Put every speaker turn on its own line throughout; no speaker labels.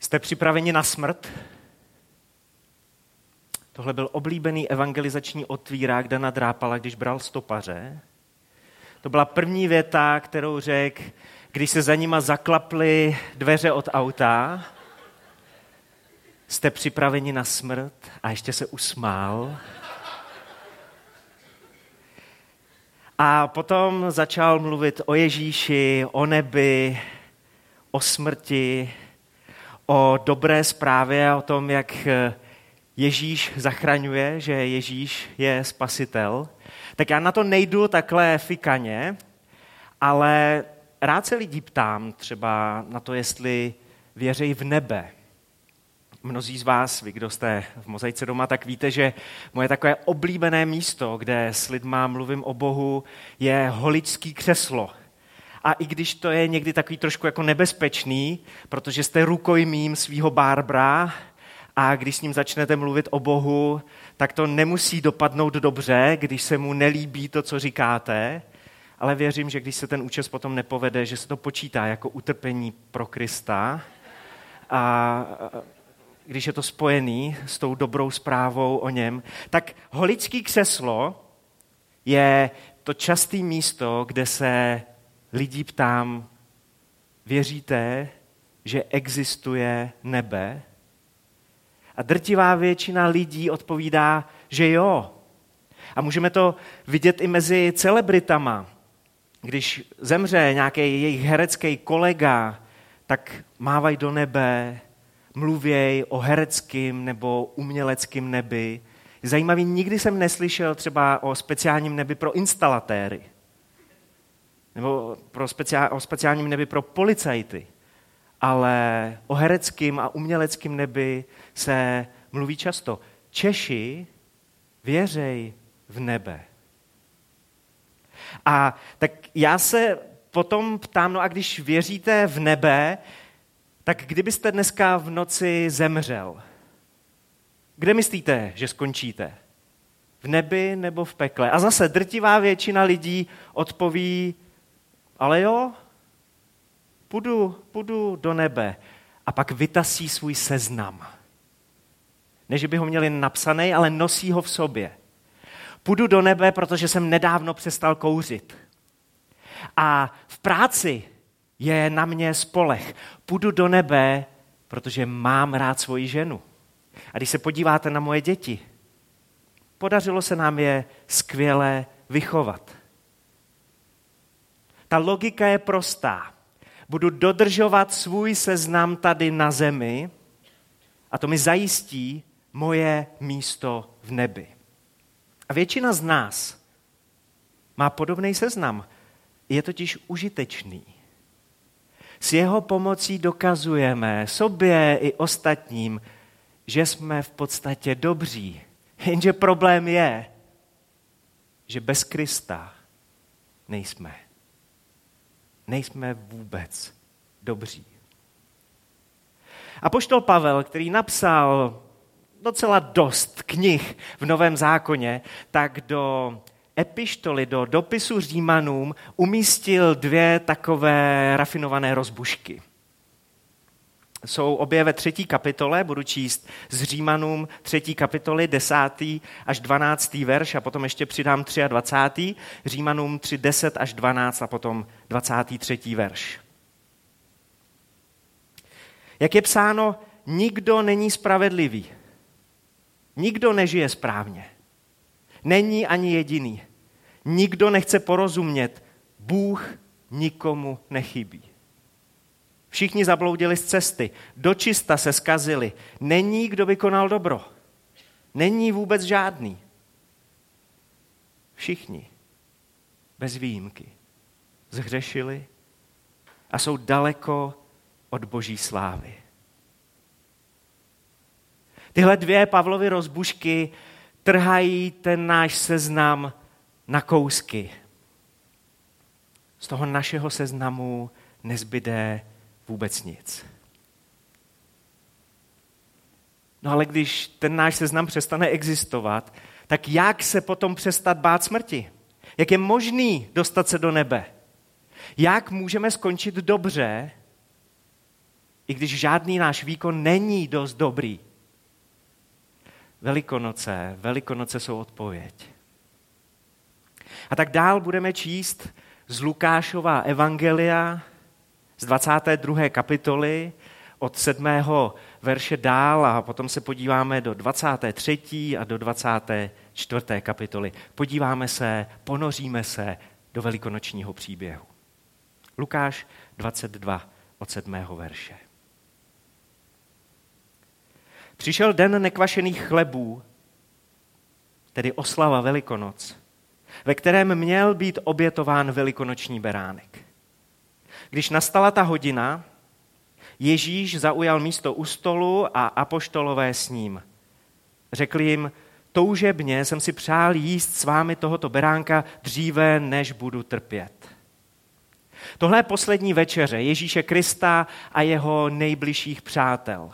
Jste připraveni na smrt? Tohle byl oblíbený evangelizační otvírák Dana Drápala, když bral stopaře. To byla první věta, kterou řekl, když se za nima zaklaply dveře od auta. Jste připraveni na smrt? A ještě se usmál. A potom začal mluvit o Ježíši, o nebi, o smrti, o dobré zprávě, o tom, jak Ježíš zachraňuje, že Ježíš je spasitel. Tak já na to nejdu takhle fikaně, ale rád se lidí ptám třeba na to, jestli věří v nebe. Mnozí z vás, vy, kdo jste v Mozaice doma, tak víte, že moje takové oblíbené místo, kde s lidma mluvím o Bohu, je holičský křeslo. A i když to je někdy takový trošku jako nebezpečný, protože jste rukojmím svýho Barbra a když s ním začnete mluvit o Bohu, tak to nemusí dopadnout dobře, když se mu nelíbí to, co říkáte, ale věřím, že když se ten účes potom nepovede, že se to počítá jako utrpení pro Krista a když je to spojený s tou dobrou zprávou o něm, tak holičský křeslo je to časté místo, kde se lidí ptám, věříte, že existuje nebe? A drtivá většina lidí odpovídá, že jo. A můžeme to vidět i mezi celebritama. Když zemře nějaký jejich herecký kolega, tak mávají do nebe, mluvěj o hereckém nebo uměleckém nebi. Zajímavý, nikdy jsem neslyšel třeba o speciálním nebi pro instalatéry. Nebo o speciálním nebi pro policajty. Ale o hereckém a uměleckém nebi se mluví často. Češi věřej v nebe. A tak já se potom ptám, no a když věříte v nebe, tak kdybyste dneska v noci zemřel, kde myslíte, že skončíte? V nebi nebo v pekle? A zase drtivá většina lidí odpoví, ale jo, půjdu do nebe. A pak vytasí svůj seznam. Ne, že by ho měli napsaný, ale nosí ho v sobě. Půjdu do nebe, protože jsem nedávno přestal kouřit. A v práci je na mě spoleh. Půjdu do nebe, protože mám rád svoji ženu. A když se podíváte na moje děti, podařilo se nám je skvěle vychovat. Ta logika je prostá. Budu dodržovat svůj seznam tady na zemi a to mi zajistí moje místo v nebi. A většina z nás má podobný seznam. Je totiž užitečný. S jeho pomocí dokazujeme sobě i ostatním, že jsme v podstatě dobří. Jenže problém je, že bez Krista nejsme. Nejsme vůbec dobří. Apoštol Pavel, který napsal docela dost knih v Novém zákoně, tak do epištoly, do dopisu Římanům umístil 2 takové rafinované rozbušky. Jsou obě ve 3. kapitole, budu číst z Římanům 3. kapitoly 10. až 12. verš a potom ještě přidám 23. Římanům 3, 10 až 12 a potom 23. verš. Jak je psáno, nikdo není spravedlivý. Nikdo nežije správně. Není ani jediný. Nikdo nechce porozumět. Bůh nikomu nechybí. Všichni zabloudili z cesty. Dočista se zkazili. Není, kdo by konal dobro. Není vůbec žádný. Všichni, bez výjimky, zhřešili a jsou daleko od Boží slávy. Tyhle 2 Pavlovy rozbušky trhají ten náš seznam na kousky. Z toho našeho seznamu nezbyde vůbec nic. No ale když ten náš seznam přestane existovat, tak jak se potom přestat bát smrti? Jak je možný dostat se do nebe? Jak můžeme skončit dobře, i když žádný náš výkon není dost dobrý. Velikonoce jsou odpověď. A tak dál budeme číst z Lukášova evangelia z 22. kapitoly od 7. verše dál a potom se podíváme do 23. a do 24. kapitoly. Ponoříme se do velikonočního příběhu. Lukáš 22 od 7. verše. Přišel den nekvašených chlebů, tedy oslava Velikonoc, ve kterém měl být obětován velikonoční beránek. Když nastala ta hodina, Ježíš zaujal místo u stolu a apoštolové s ním. Řekl jim, toužebně jsem si přál jíst s vámi tohoto beránka dříve, než budu trpět. Tohle je poslední večeře Ježíše Krista a jeho nejbližších přátel.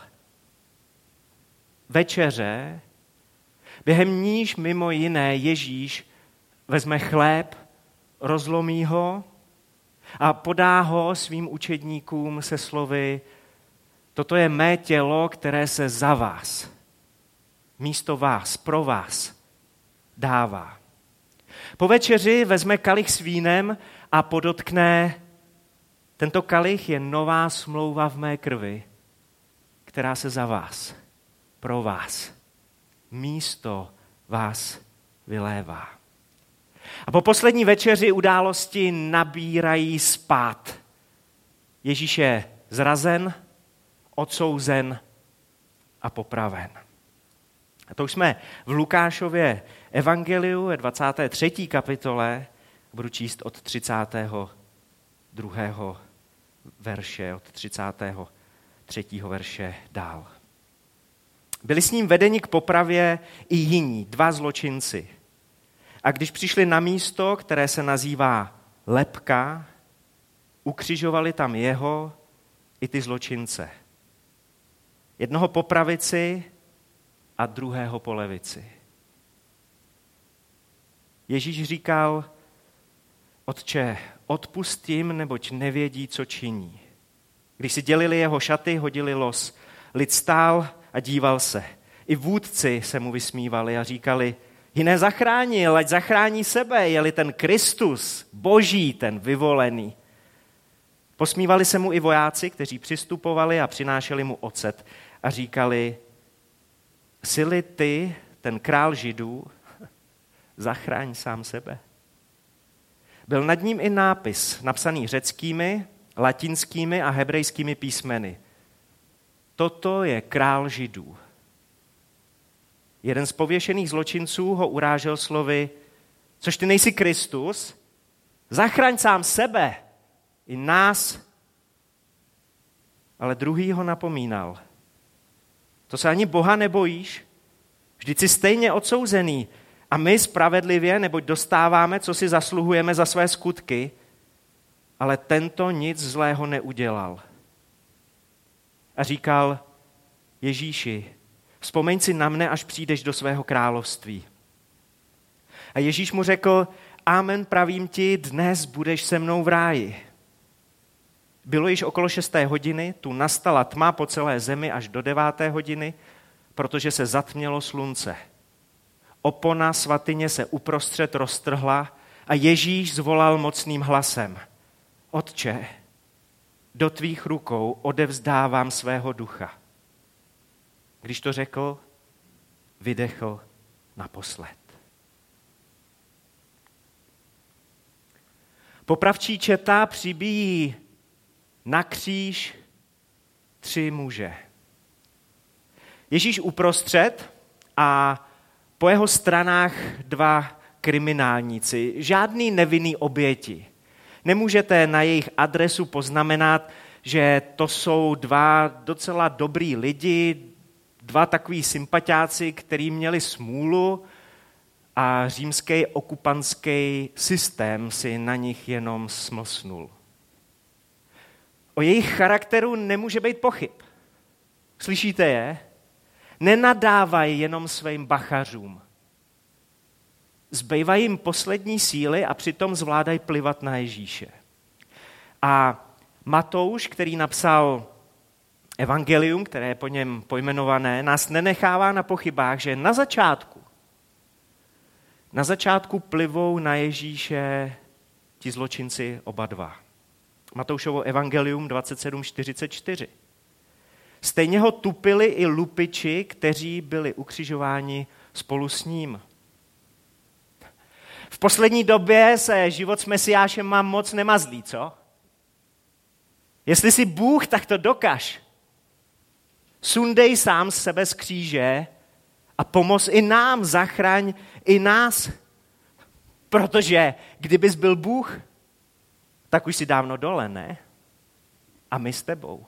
Večeře, během níž mimo jiné Ježíš vezme chléb, rozlomí ho a podá ho svým učedníkům se slovy: toto je mé tělo, které se za vás, místo vás, pro vás dává. Po večeři vezme kalich s vínem a podotkne: tento kalich je nová smlouva v mé krvi, která se za vás, pro vás, místo vás vylévá. A po poslední večeři události nabírají spád. Ježíš je zrazen, odsouzen a popraven. A to už jsme v Lukášově evangeliu ve 23. kapitole, budu číst od 32. verše, od 33. verše dál. Byli s ním vedeni k popravě i jiní, 2 zločinci. A když přišli na místo, které se nazývá Lebka, ukřižovali tam jeho i ty zločince. Jednoho po pravici a druhého po levici. Ježíš říkal: Otče, odpusť jim, neboť nevědí, co činí. Když si dělili jeho šaty, hodili los. Lid stál a díval se. I vůdci se mu vysmívali a říkali: jiné zachránil, ať zachrání sebe, je-li ten Kristus, Boží, ten vyvolený. Posmívali se mu i vojáci, kteří přistupovali a přinášeli mu ocet a říkali: jsi-li ty, ten král Židů, zachráň sám sebe. Byl nad ním i nápis, napsaný řeckými, latinskými a hebrejskými písmeny. Toto je král Židů. Jeden z pověšených zločinců ho urážel slovy: což ty nejsi Kristus? Zachraň sám sebe i nás. Ale druhý ho napomínal: to se ani Boha nebojíš? Vždyť jsi stejně odsouzený a my spravedlivě, neboť dostáváme, co si zasluhujeme za své skutky, ale tento nic zlého neudělal. A říkal: Ježíši, vzpomeň si na mne, až přijdeš do svého království. A Ježíš mu řekl: amen, pravím ti, dnes budeš se mnou v ráji. Bylo již okolo 6. hodiny, tu nastala tma po celé zemi až do 9. hodiny, protože se zatmělo slunce. Opona svatyně se uprostřed roztrhla a Ježíš zvolal mocným hlasem: Otče, do tvých rukou odevzdávám svého ducha. Když to řekl, vydechl naposled. Popravčí četa přibíjí na kříž 3 muže. Ježíš uprostřed a po jeho stranách 2 kriminálníci, žádný nevinný oběti. Nemůžete na jejich adresu poznamenat, že to jsou 2 docela dobrý lidi, 2 takový sympatiáci, kteří měli smůlu a římský okupantský systém si na nich jenom smlsnul. O jejich charakteru nemůže být pochyb. Slyšíte je? Nenadávají jenom svým bachařům. Zbývají jim poslední síly a přitom zvládají plivat na Ježíše. A Matouš, který napsal Evangelium, které je po něm pojmenované, nás nenechává na pochybách, že na začátku plivou na Ježíše ti zločinci oba dva. Matoušovo evangelium 27:44. Stejně ho tupili i lupiči, kteří byli ukřižováni spolu s ním. V poslední době se život s Mesiášem má moc nemazlý, co? Jestli jsi Bůh, tak to dokaž. Sundej sám z sebe z kříže a pomoz i nám, zachraň i nás. Protože kdybys byl Bůh, tak už si dávno dole, ne? A my s tebou.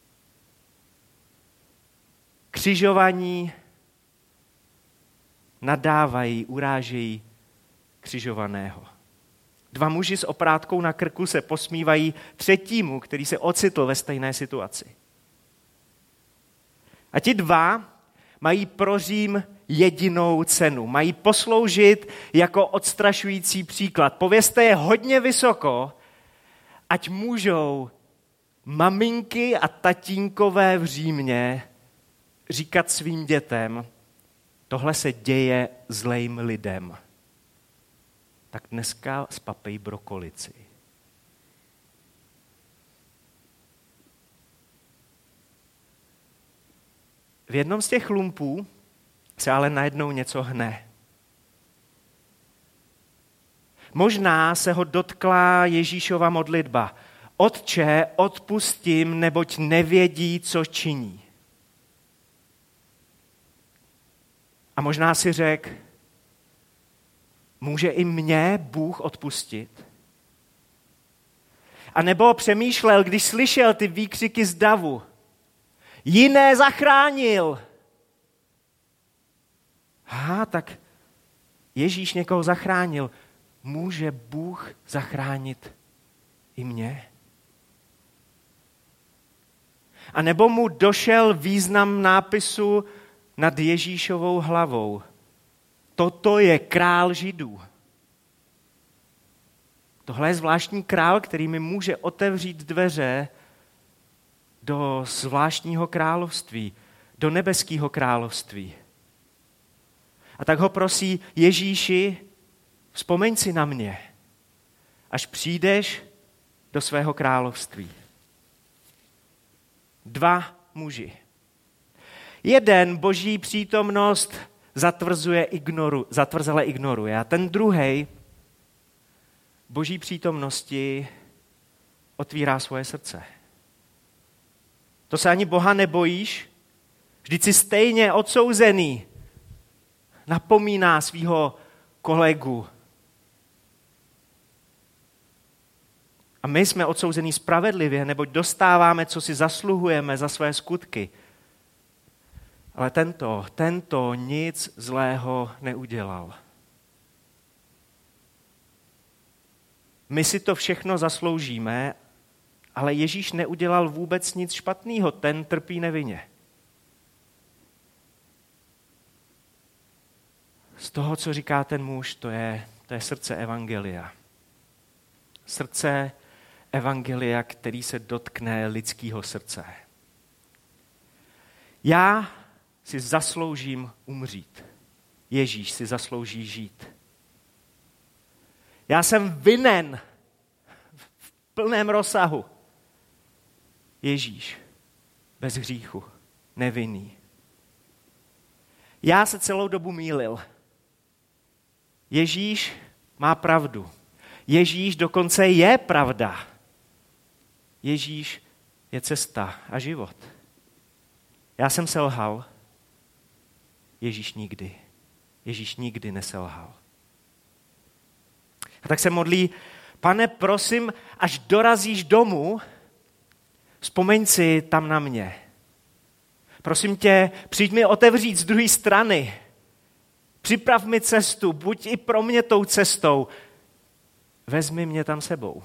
Křižovaní nadávají, urážejí křižovaného. Dva muži s oprátkou na krku se posmívají třetímu, který se ocitl ve stejné situaci. A ti dva mají pro Řím jedinou cenu. Mají posloužit jako odstrašující příklad. Povězte je hodně vysoko, ať můžou maminky a tatínkové v Římě říkat svým dětem, tohle se děje zlým lidem. Tak dneska spapej brokolici. V jednom z těch lumpů se ale najednou něco hne. Možná se ho dotkla Ježíšova modlitba. Otče, odpustím, neboť nevědí, co činí. A možná si řekl, může i mě Bůh odpustit? A nebo přemýšlel, když slyšel ty výkřiky z davu, jiné zachránil. Tak Ježíš někoho zachránil. Může Bůh zachránit i mě? A nebo mu došel význam nápisu nad Ježíšovou hlavou. Toto je král Židů. Tohle je zvláštní král, který mi může otevřít dveře do zvláštního království, do nebeského království. A tak ho prosí, Ježíši, vzpomeň si na mě, až přijdeš do svého království. Dva muži. Jeden boží přítomnost zatvrzele ignoruje a ten druhej boží přítomnosti otvírá svoje srdce. To se ani Boha nebojíš? Vždyť jsi stejně odsouzený. Napomíná svého kolegu. A my jsme odsouzení spravedlivě, neboť dostáváme, co si zasluhujeme za své skutky. Ale tento nic zlého neudělal. My si to všechno zasloužíme, ale Ježíš neudělal vůbec nic špatného, ten trpí nevinně. Z toho, co říká ten muž, to je srdce evangelia. Srdce evangelia, který se dotkne lidského srdce. Já si zasloužím umřít. Ježíš si zaslouží žít. Já jsem vinen v plném rozsahu. Ježíš bez hříchu, nevinný. Já se celou dobu mýlil. Ježíš má pravdu. Ježíš dokonce je pravda. Ježíš je cesta a život. Já jsem selhal. Ježíš nikdy neselhal. A tak se modlí, Pane, prosím, až dorazíš domů, vzpomeň si tam na mě. Prosím tě, přijď mi otevřít z druhé strany. Připrav mi cestu, buď i pro mě tou cestou. Vezmi mě tam sebou.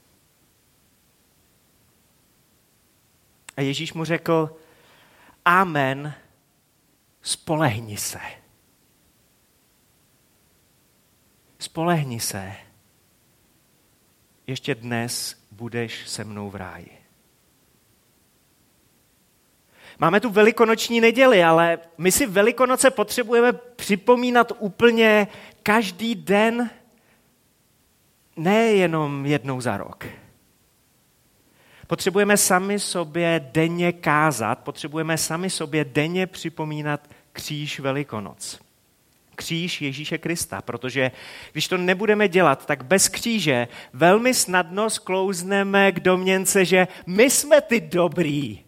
A Ježíš mu řekl, amen, spolehni se. Spolehni se. Ještě dnes budeš se mnou v ráji. Máme tu velikonoční neděli, ale my si Velikonoce potřebujeme připomínat úplně každý den, nejenom jednou za rok. Potřebujeme sami sobě denně kázat, potřebujeme sami sobě denně připomínat kříž Velikonoc. Kříž Ježíše Krista, protože když to nebudeme dělat, tak bez kříže velmi snadno sklouzneme k domněnce, že my jsme ty dobrý.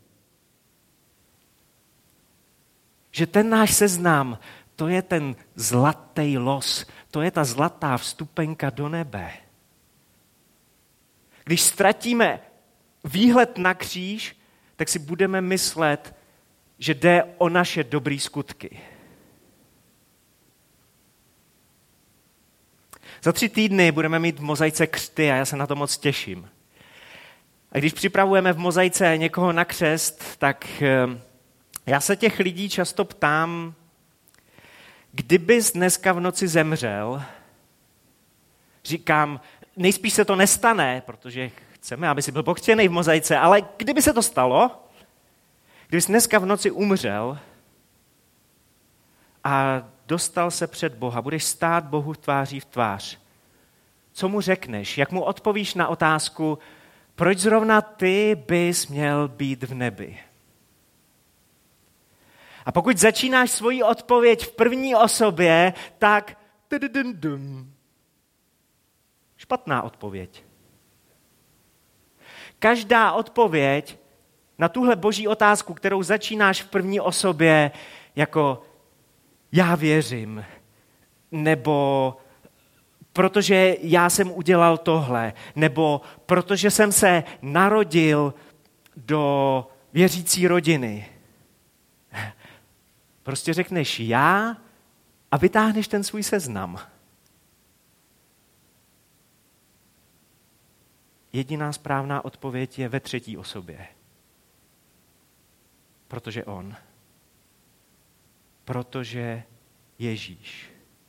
Že ten náš seznam, to je ten zlatý los, to je ta zlatá vstupenka do nebe. Když ztratíme výhled na kříž, tak si budeme myslet, že jde o naše dobré skutky. Za 3 týdny budeme mít v Mozaice křty a já se na to moc těším. A když připravujeme v Mozaice někoho na křest, tak já se těch lidí často ptám, kdybys dneska v noci zemřel, říkám, nejspíš se to nestane, protože chceme, aby si byl pokřtěný v Mozaice, ale kdyby se to stalo, kdybys dneska v noci umřel a dostal se před Boha, budeš stát Bohu tváří v tvář. Co mu řekneš? Jak mu odpovíš na otázku, proč zrovna ty bys měl být v nebi? A pokud začínáš svoji odpověď v první osobě, tak špatná odpověď. Každá odpověď na tuhle boží otázku, kterou začínáš v první osobě jako já věřím, nebo protože já jsem udělal tohle, nebo protože jsem se narodil do věřící rodiny. Prostě řekneš já a vytáhneš ten svůj seznam. Jediná správná odpověď je ve třetí osobě. Protože on. Protože Ježíš.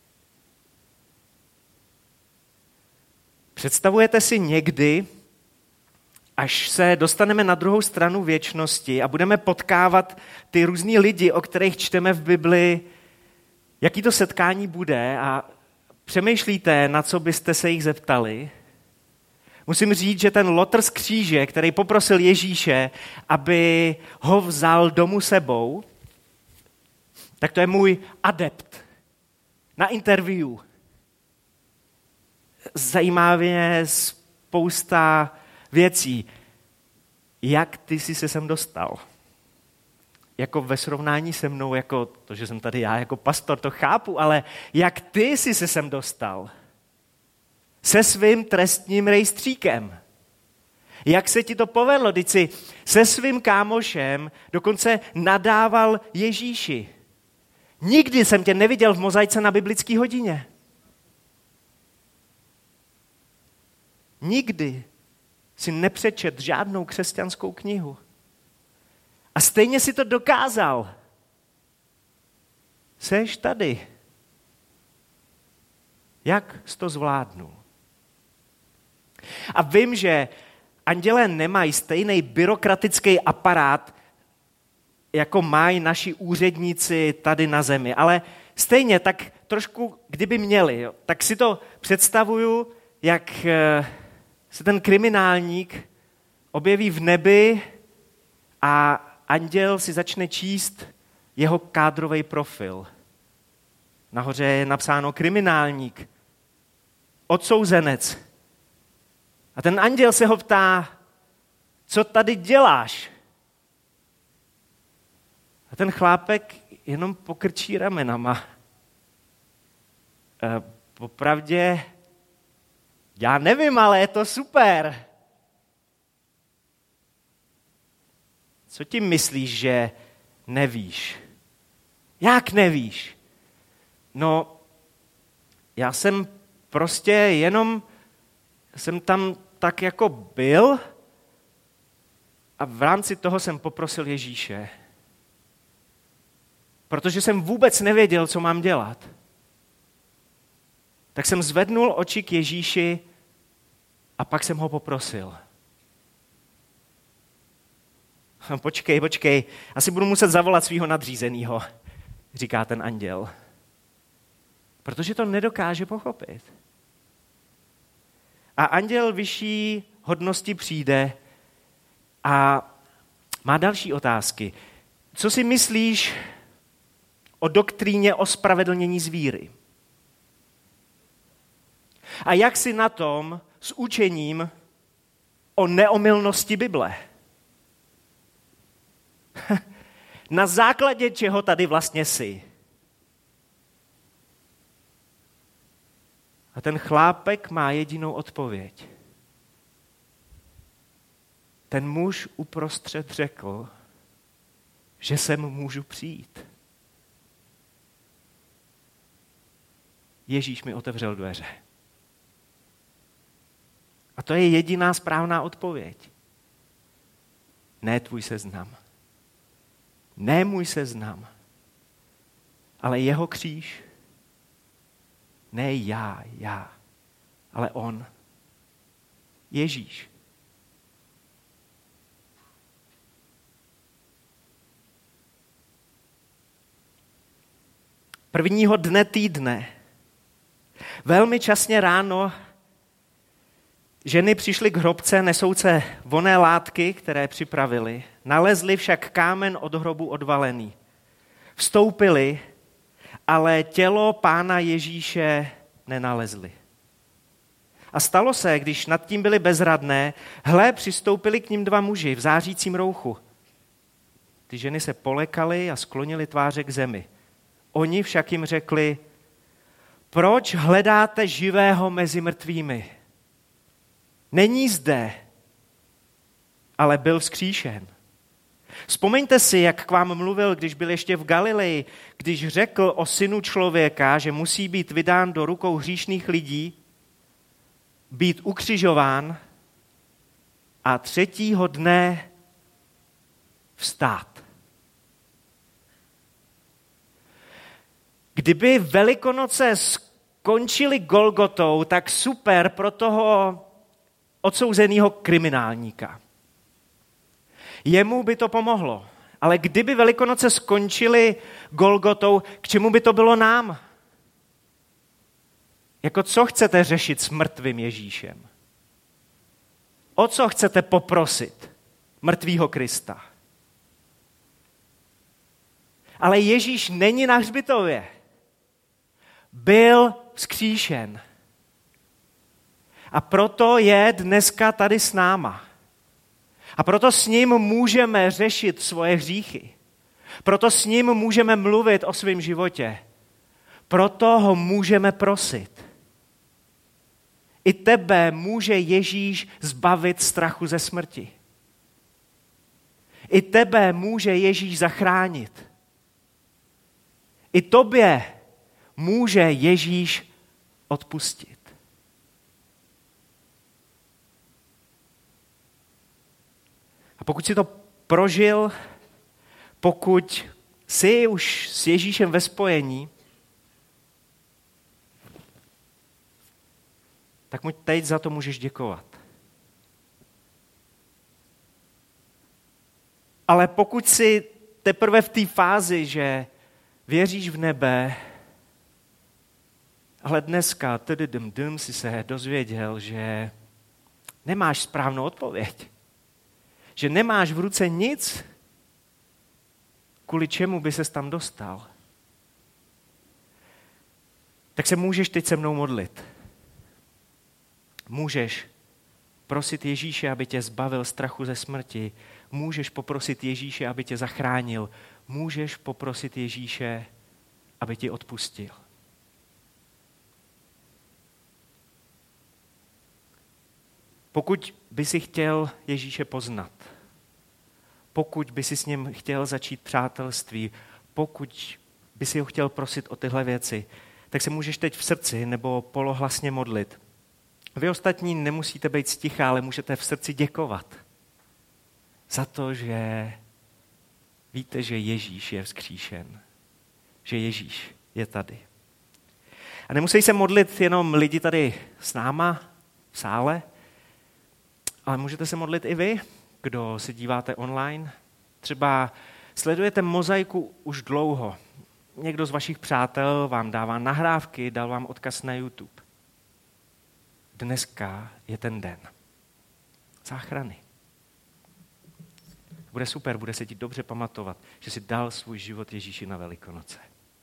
Představujete si někdy, až se dostaneme na druhou stranu věčnosti a budeme potkávat ty různý lidi, o kterých čteme v Bibli, jaký to setkání bude a přemýšlíte, na co byste se jich zeptali? Musím říct, že ten lotr z kříže, který poprosil Ježíše, aby ho vzal domů sebou, tak to je můj adept na interview. Zajímá mě spousta věcí. Jak ty jsi se sem dostal? Jako ve srovnání se mnou, jako to, že jsem tady já jako pastor, to chápu, ale jak ty jsi se sem dostal? Se svým trestním rejstříkem. Jak se ti to povedlo? Když jsi se svým kámošem dokonce nadával Ježíši. Nikdy jsem tě neviděl v Mozaice na biblické hodině. Nikdy si nepřečet žádnou křesťanskou knihu. A stejně si to dokázal. Seš tady. Jak jsi to zvládnul? A vím, že andělé nemají stejný byrokratický aparát, jako mají naši úředníci tady na zemi. Ale stejně tak trošku, kdyby měli, tak si to představuju, jak se ten kriminálník objeví v nebi a anděl si začne číst jeho kádrový profil. Nahoře je napsáno kriminálník, odsouzenec. A ten anděl se ho ptá, co tady děláš? A ten chlápek jenom pokrčí ramenama. Popravdě, já nevím, ale je to super. Co ti myslíš, že nevíš? Jak nevíš? No, já jsem prostě jenom, jsem tam tak jako byl a v rámci toho jsem poprosil Ježíše. Protože jsem vůbec nevěděl, co mám dělat. Tak jsem zvednul oči k Ježíši a pak jsem ho poprosil. Počkej, asi budu muset zavolat svého nadřízenýho, říká ten anděl. Protože to nedokáže pochopit. A anděl vyšší hodnosti přijde a má další otázky. Co si myslíš o doktríně ospravedlnění z víry? A jak jsi na tom s učením o neomylnosti Bible? Na základě čeho tady vlastně jsi? A ten chlápek má jedinou odpověď. Ten muž uprostřed řekl, že sem můžu přijít. Ježíš mi otevřel dveře. A to je jediná správná odpověď. Ne tvůj seznam. Ne můj seznam. Ale jeho kříž. Ne já, ale on. Ježíš. Prvního dne týdne, velmi časně ráno, ženy přišly k hrobce nesouce vonné látky, které připravili. Nalezli však kámen od hrobu odvalený. Vstoupili, ale tělo Pána Ježíše nenalezli. A stalo se, když nad tím byli bezradné, hle, přistoupili k ním dva muži v zářícím rouchu. Ty ženy se polekaly a sklonily tváře k zemi. Oni však jim řekli, proč hledáte živého mezi mrtvými? Není zde, ale byl vzkříšen. Vzpomeňte si, jak k vám mluvil, když byl ještě v Galileji, když řekl o synu člověka, že musí být vydán do rukou hříšných lidí, být ukřižován a třetího dne vstát. Kdyby Velikonoce skončily Golgotou, tak super pro toho odsouzeného kriminálníka. Jemu by to pomohlo. Ale kdyby Velikonoce skončily Golgotou, k čemu by to bylo nám? Jako co chcete řešit s mrtvým Ježíšem? O co chcete poprosit mrtvýho Krista? Ale Ježíš není na hřbitově. Byl vzkříšen. A proto je dneska tady s náma. A proto s ním můžeme řešit svoje hříchy. Proto s ním můžeme mluvit o svém životě. Proto ho můžeme prosit. I tebe může Ježíš zbavit strachu ze smrti. I tebe může Ježíš zachránit. I tobě může Ježíš odpustit. A pokud jsi to prožil, pokud jsi už s Ježíšem ve spojení, tak mu teď za to můžeš děkovat. Ale pokud jsi teprve v té fázi, že věříš v nebe, ale dneska si se dozvěděl, že nemáš správnou odpověď. Že nemáš v ruce nic, kvůli čemu by ses tam dostal. Tak se můžeš teď se mnou modlit. Můžeš prosit Ježíše, aby tě zbavil strachu ze smrti. Můžeš poprosit Ježíše, aby tě zachránil. Můžeš poprosit Ježíše, aby ti odpustil. Pokud by si chtěl Ježíše poznat, pokud by si s ním chtěl začít přátelství, pokud by si ho chtěl prosit o tyhle věci, tak se můžeš teď v srdci nebo polohlasně modlit. Vy ostatní nemusíte být sticha, ale můžete v srdci děkovat za to, že víte, že Ježíš je vzkříšen, že Ježíš je tady. A nemusí se modlit jenom lidi tady s náma v sále, ale můžete se modlit i vy, kdo se díváte online, Třeba sledujete Mozaiku už dlouho. Někdo z vašich přátel vám dává nahrávky, dal vám odkaz na YouTube. Dneska je ten den záchrany. Bude super, bude se ti dobře pamatovat, že jsi dal svůj život Ježíši na Velikonoce.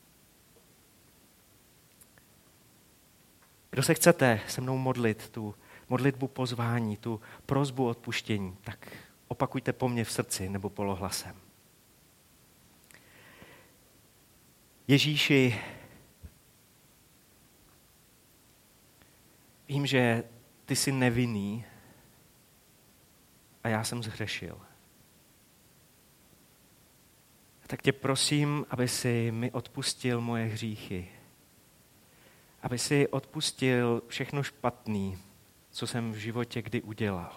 Kdo se chcete se mnou modlit, tu modlitbu pozvání, tu prosbu odpuštění, tak opakujte po mně v srdci nebo polohlasem. Ježíši, vím, že ty jsi nevinný a já jsem zhřešil. Tak tě prosím, aby si mi odpustil moje hříchy. Aby si odpustil všechno špatný, co jsem v životě kdy udělal.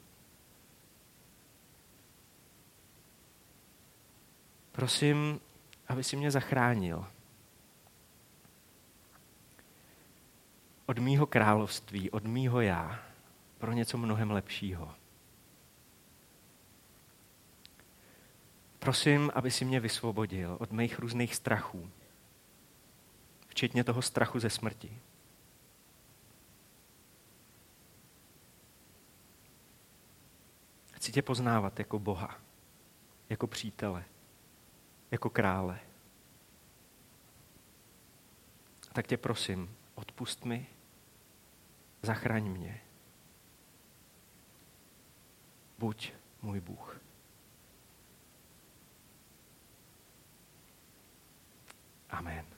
Prosím, aby si mě zachránil od mýho království, od mýho já, pro něco mnohem lepšího. Prosím, aby si mě vysvobodil od mých různých strachů, včetně toho strachu ze smrti. Chci tě poznávat jako Boha, jako přítele, jako krále. Tak tě prosím, odpusť mi, zachraň mě. Buď můj Bůh. Amen.